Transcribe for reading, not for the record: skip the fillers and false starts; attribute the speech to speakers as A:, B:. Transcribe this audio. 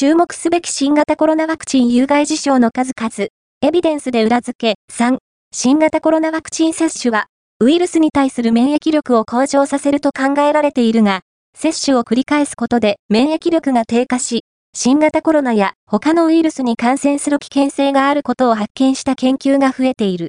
A: 注目すべき新型コロナワクチン有害事象の数々、エビデンスで裏付け。3、新型コロナワクチン接種は、ウイルスに対する免疫力を向上させると考えられているが、接種を繰り返すことで免疫力が低下し、新型コロナや他のウイルスに感染する危険性があることを発見した研究が増えている。